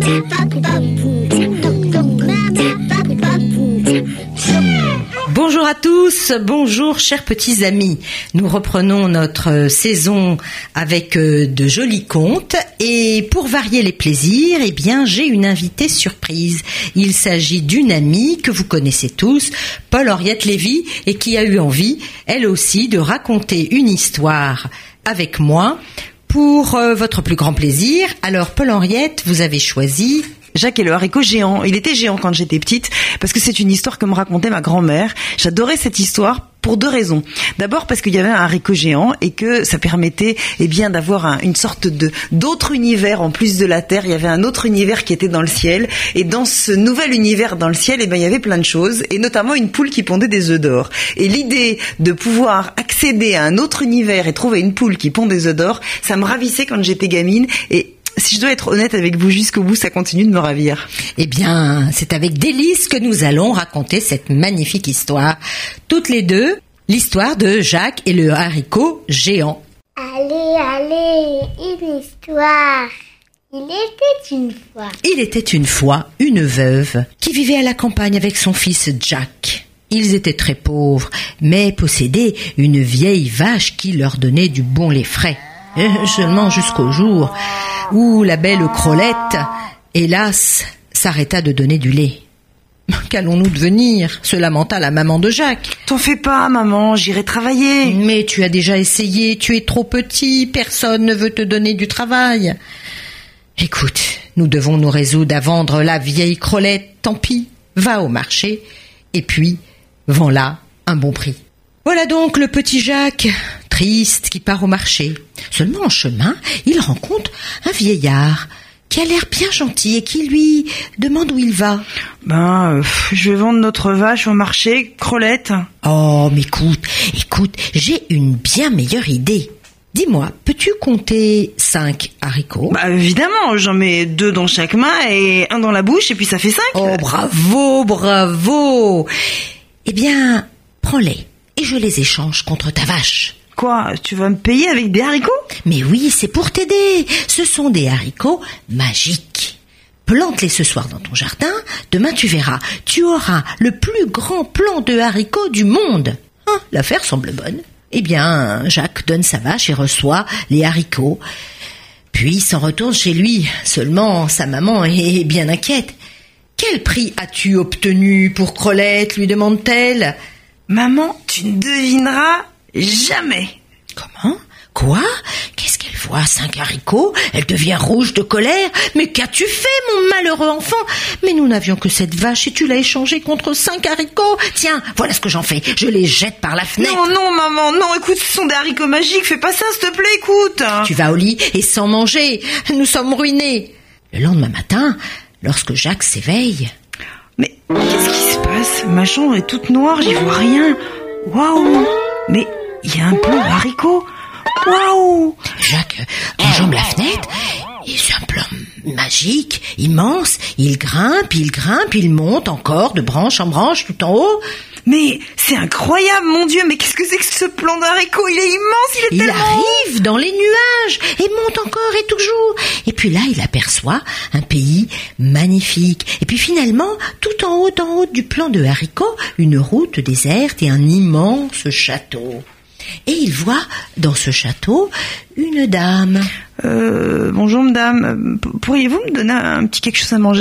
Bonjour à tous, bonjour chers petits amis. Nous reprenons notre saison avec de jolis contes et pour varier les plaisirs, eh bien, j'ai une invitée surprise. Il s'agit d'une amie que vous connaissez tous, Paul-Henriette Lévy, et qui a eu envie, elle aussi, de raconter une histoire avec moi pour votre plus grand plaisir. Alors Paul-Henriette, vous avez choisi... Jacques et le haricot géant. Il était géant quand j'étais petite parce que c'est une histoire que me racontait ma grand-mère. J'adorais cette histoire pour deux raisons. D'abord parce qu'il y avait un haricot géant et que ça permettait d'avoir une sorte d'autre univers en plus de la terre. Il y avait un autre univers qui était dans le ciel et dans ce nouvel univers dans le ciel, il y avait plein de choses et notamment une poule qui pondait des œufs d'or. Et l'idée de pouvoir accéder à un autre univers et trouver une poule qui pond des œufs d'or, ça me ravissait quand j'étais gamine et si je dois être honnête avec vous jusqu'au bout, ça continue de me ravir. Eh bien, c'est avec délice que nous allons raconter cette magnifique histoire. Toutes les deux, l'histoire de Jacques et le haricot géant. Allez, une histoire. Il était une fois une veuve qui vivait à la campagne avec son fils Jack. Ils étaient très pauvres, mais possédaient une vieille vache qui leur donnait du bon lait frais. Seulement jusqu'au jour où la belle Crolette, hélas, s'arrêta de donner du lait. Qu'allons-nous devenir ? Se lamenta la maman de Jacques. T'en fais pas, maman, j'irai travailler. Mais tu as déjà essayé, tu es trop petit, personne ne veut te donner du travail. Écoute, nous devons nous résoudre à vendre la vieille Crolette, tant pis, va au marché, et puis, vends-la un bon prix. Voilà donc le petit Jacques, triste, qui part au marché. Seulement en chemin, il rencontre un vieillard qui a l'air bien gentil et qui lui demande où il va. Je vais vendre notre vache au marché, Crolette. Oh, mais écoute, j'ai une bien meilleure idée. Dis-moi, peux-tu compter 5 haricots ? Évidemment, j'en mets 2 dans chaque main et 1 dans la bouche et puis ça fait 5. Oh, bravo ! Eh bien, prends-les. Et je les échange contre ta vache. Quoi ? Tu vas me payer avec des haricots ? Mais oui, c'est pour t'aider. Ce sont des haricots magiques. Plante-les ce soir dans ton jardin. Demain, tu verras. Tu auras le plus grand plant de haricots du monde. L'affaire semble bonne. Eh bien, Jacques donne sa vache et reçoit les haricots. Puis il s'en retourne chez lui. Seulement, sa maman est bien inquiète. « Quel prix as-tu obtenu pour Crolette ?» lui demande-t-elle. Maman, tu ne devineras jamais. Comment ? Quoi ? Qu'est-ce qu'elle voit ? 5 haricots ? Elle devient rouge de colère. Mais qu'as-tu fait, mon malheureux enfant ? Mais nous n'avions que cette vache et tu l'as échangée contre 5 haricots. Tiens, voilà ce que j'en fais. Je les jette par la fenêtre. Non, maman, non, écoute, ce sont des haricots magiques. Fais pas ça, s'il te plaît, écoute. Tu vas au lit et sans manger. Nous sommes ruinés. Le lendemain matin, lorsque Jacques s'éveille... Mais qu'est-ce qui se passe ? Ma chambre est toute noire, j'y vois rien. Waouh ! Mais il y a un plant de haricots. Waouh ! Jacques enjambe la fenêtre et c'est un plant magique, immense. Il grimpe, il monte encore de branche en branche tout en haut. Mais c'est incroyable, mon Dieu, mais qu'est-ce que c'est que ce plant d'haricots ? Il est immense, il arrive dans les nuages et monte encore et toujours. Et puis là, il aperçoit un pays magnifique. Et puis finalement, tout en haut du plant de haricots, une route déserte et un immense château. Et il voit dans ce château une dame. Bonjour madame, pourriez-vous me donner un petit quelque chose à manger ?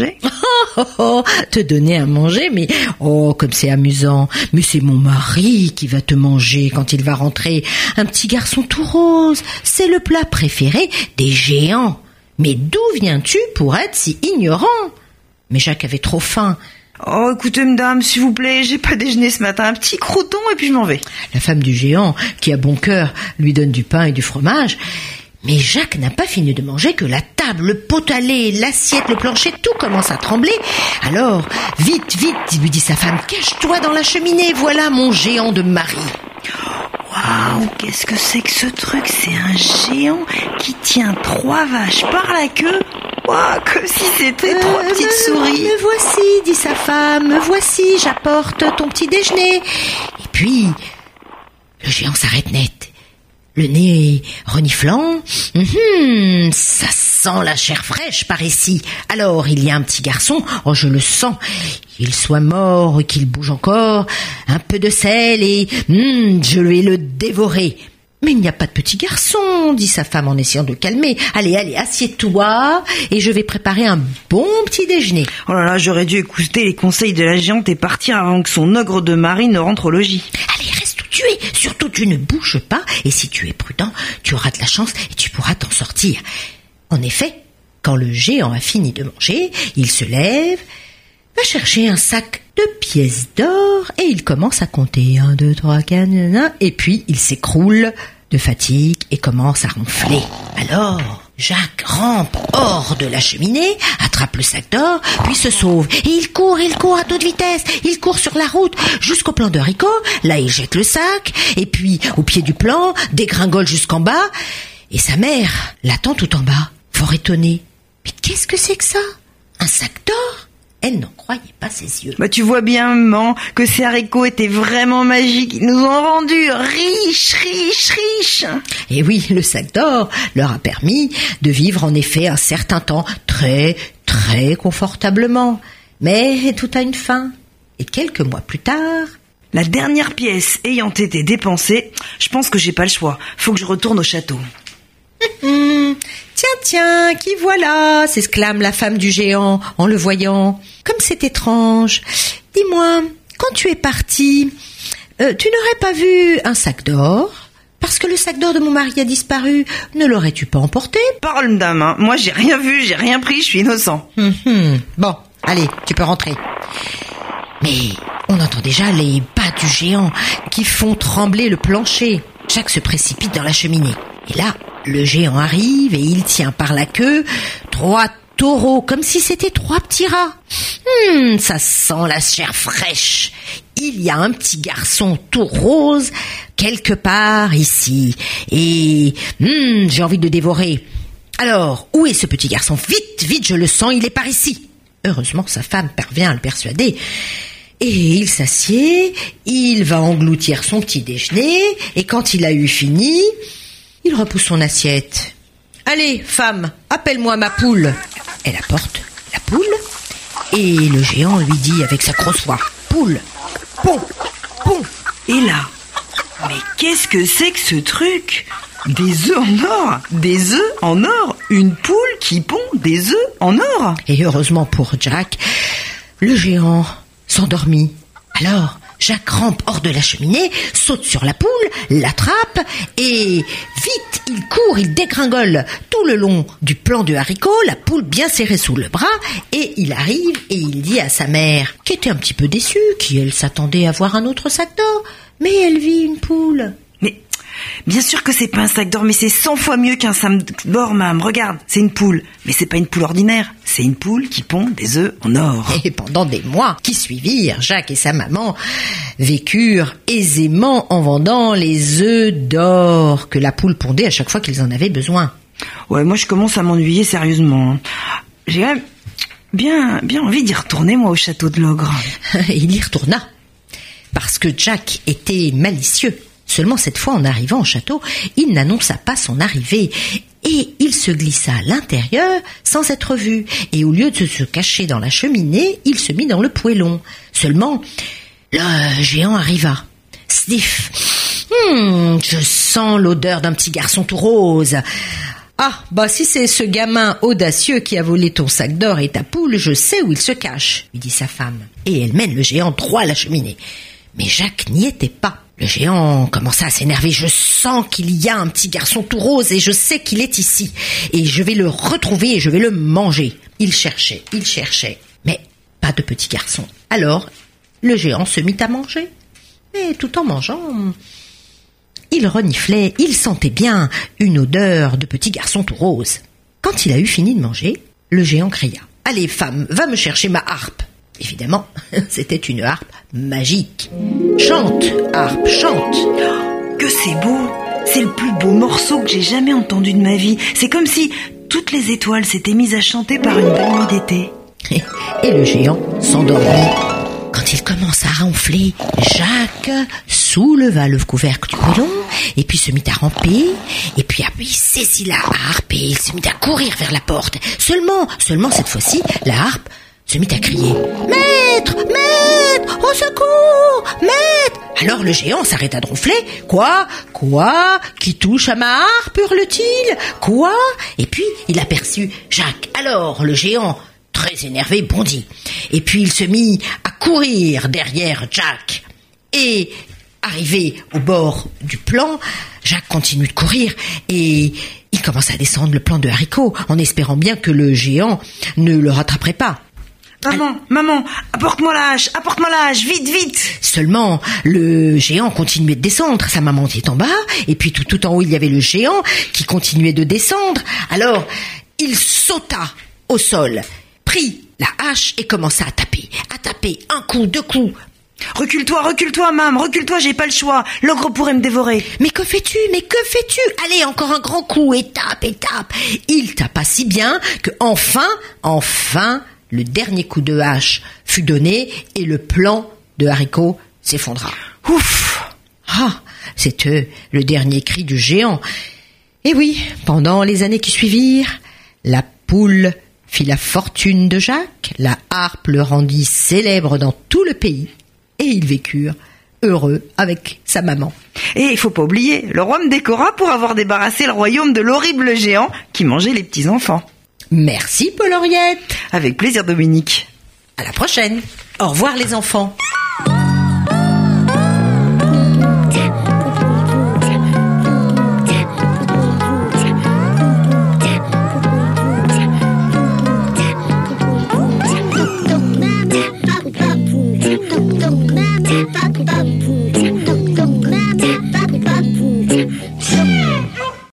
Te donner à manger, mais comme c'est amusant. Mais c'est mon mari qui va te manger quand il va rentrer. Un petit garçon tout rose, c'est le plat préféré des géants. Mais d'où viens-tu pour être si ignorant ? Mais Jacques avait trop faim. Oh, écoutez, madame, s'il vous plaît, j'ai pas déjeuné ce matin. Un petit croûton et puis je m'en vais. La femme du géant, qui a bon cœur, lui donne du pain et du fromage. Mais Jacques n'a pas fini de manger que la table, le pot à lait, l'assiette, le plancher, tout commence à trembler. Alors, vite, lui dit sa femme, cache-toi dans la cheminée, voilà mon géant de mari. Waouh, qu'est-ce que c'est que ce truc ? C'est un géant qui tient 3 vaches par la queue. Waouh, comme si c'était 3 petites souris. Me voici, dit sa femme, me voici, j'apporte ton petit déjeuner. Et puis, le géant s'arrête net. Le nez reniflant, ça sent la chair fraîche par ici. Alors, il y a un petit garçon, oh je le sens, qu'il soit mort ou qu'il bouge encore, un peu de sel et je vais le dévorer. Mais il n'y a pas de petit garçon, dit sa femme en essayant de le calmer. Allez, assieds-toi et je vais préparer un bon petit déjeuner. Oh là là, j'aurais dû écouter les conseils de la géante et partir avant que son ogre de mari ne rentre au logis. Allez, reste où tu es. Surtout, tu ne bouges pas et si tu es prudent, tu auras de la chance et tu pourras t'en sortir. En effet, quand le géant a fini de manger, il se lève, va chercher un sac de pièces d'or et il commence à compter 1, 2, 3, 4, et puis il s'écroule de fatigue et commence à ronfler. Alors, Jacques rampe hors de la cheminée, attrape le sac d'or, puis se sauve. Et il court à toute vitesse. Il court sur la route jusqu'au plant de haricots. Là, il jette le sac, et puis au pied du plant, dégringole jusqu'en bas. Et sa mère l'attend tout en bas, fort étonnée. Mais qu'est-ce que c'est que ça? Un sac d'or? Elle n'en croyait pas ses yeux. Tu vois bien, maman, que ces haricots étaient vraiment magiques. Ils nous ont rendus riches. Et oui, le sac d'or leur a permis de vivre en effet un certain temps très, très confortablement. Mais tout a une fin. Et quelques mois plus tard... La dernière pièce ayant été dépensée, je pense que j'ai pas le choix. Faut que je retourne au château. Tiens, qui voilà, s'exclame la femme du géant en le voyant. Comme c'est étrange. Dis-moi, quand tu es parti, tu n'aurais pas vu un sac d'or? Parce que le sac d'or de mon mari a disparu, ne l'aurais-tu pas emporté? Parle, dame, hein. Moi j'ai rien vu, j'ai rien pris, je suis innocent. Bon, allez, tu peux rentrer. Mais on entend déjà les pas du géant qui font trembler le plancher. Jacques se précipite dans la cheminée. Et là, le géant arrive et il tient par la queue 3 taureaux, comme si c'était 3 petits rats. Ça sent la chair fraîche. Il y a un petit garçon tout rose quelque part ici. Et j'ai envie de dévorer. Alors, où est ce petit garçon? Vite, je le sens, il est par ici. Heureusement, sa femme parvient à le persuader. Et il s'assied, il va engloutir son petit déjeuner, et quand il a eu fini... il repousse son assiette. « Allez, femme, appelle-moi ma poule. » Elle apporte la poule et le géant lui dit avec sa grosse voix « Poule, pon, pon. » Et là, mais qu'est-ce que c'est que ce truc? Des œufs en or? Des œufs en or? Une poule qui pond des œufs en or? Et heureusement pour Jack, le géant s'endormit. Alors... Jacques rampe hors de la cheminée, saute sur la poule, l'attrape et vite, il court, il dégringole tout le long du plant de haricots, la poule bien serrée sous le bras et il arrive et il dit à sa mère, qui était un petit peu déçue, qui elle s'attendait à voir un autre sac d'or, mais elle vit une poule. Mais bien sûr que c'est pas un sac d'or, mais c'est 100 fois mieux qu'un sac d'or, mam. Regarde, c'est une poule. Mais c'est pas une poule ordinaire, c'est une poule qui pond des œufs en or. Et pendant des mois qui suivirent, Jacques et sa maman vécurent aisément en vendant les œufs d'or que la poule pondait à chaque fois qu'ils en avaient besoin. Ouais, moi je commence à m'ennuyer sérieusement. J'ai quand même bien envie d'y retourner, moi, au château de l'ogre. Il y retourna, parce que Jack était malicieux. Seulement cette fois, en arrivant au château, il n'annonça pas son arrivée et il se glissa à l'intérieur sans être vu. Et au lieu de se cacher dans la cheminée, il se mit dans le poêlon. Seulement, le géant arriva. Sniff. Je sens l'odeur d'un petit garçon tout rose. Ah, si c'est ce gamin audacieux qui a volé ton sac d'or et ta poule, je sais où il se cache, lui dit sa femme. Et elle mène le géant droit à la cheminée. Mais Jacques n'y était pas. Le géant commença à s'énerver. Je sens qu'il y a un petit garçon tout rose et je sais qu'il est ici. Et je vais le retrouver et je vais le manger. Il cherchait, mais pas de petit garçon. Alors, le géant se mit à manger. Mais tout en mangeant, il reniflait, il sentait bien une odeur de petit garçon tout rose. Quand il a eu fini de manger, le géant cria « Allez, femme, va me chercher ma harpe !» Évidemment, c'était une harpe magique. Chante, harpe, chante. Que c'est beau! C'est le plus beau morceau que j'ai jamais entendu de ma vie. C'est comme si toutes les étoiles s'étaient mises à chanter par une belle nuit d'été. Et le géant s'endormit. Quand il commence à ronfler, Jacques sourit. souleva le couvercle du melon, et puis se mit à ramper, et puis il saisit la harpe, et il se mit à courir vers la porte. Seulement, cette fois-ci, la harpe se mit à crier « Maître, maître, au secours, maître !» Alors le géant s'arrêta de ronfler. « Quoi ? Qui touche à ma harpe ?» hurle-t-il. « Quoi ?» Et puis il aperçut Jacques. Alors le géant, très énervé, bondit. Et puis il se mit à courir derrière Jacques. Et arrivé au bord du plan, Jacques continue de courir et il commence à descendre le plan de haricots en espérant bien que le géant ne le rattraperait pas. Maman, apporte-moi la hache, vite. Seulement, le géant continuait de descendre. Sa maman était en bas, et puis tout en haut, il y avait le géant qui continuait de descendre. Alors, il sauta au sol, prit la hache et commença à taper. Un coup, 2 coups. Recule-toi, maman, j'ai pas le choix. L'ogre pourrait me dévorer. Mais que fais-tu? Allez, encore un grand coup, et tape. Il tapa si bien que enfin, le dernier coup de hache fut donné et le plan de haricots s'effondra. Ouf! Ah, c'était le dernier cri du géant. Et oui, pendant les années qui suivirent, la poule fit la fortune de Jacques, la harpe le rendit célèbre dans tout le pays, et ils vécurent heureux avec sa maman. Et il faut pas oublier, le roi me décora pour avoir débarrassé le royaume de l'horrible géant qui mangeait les petits-enfants. Merci Paul-Henriette. Avec plaisir Dominique. À la prochaine. Au revoir les enfants. Papa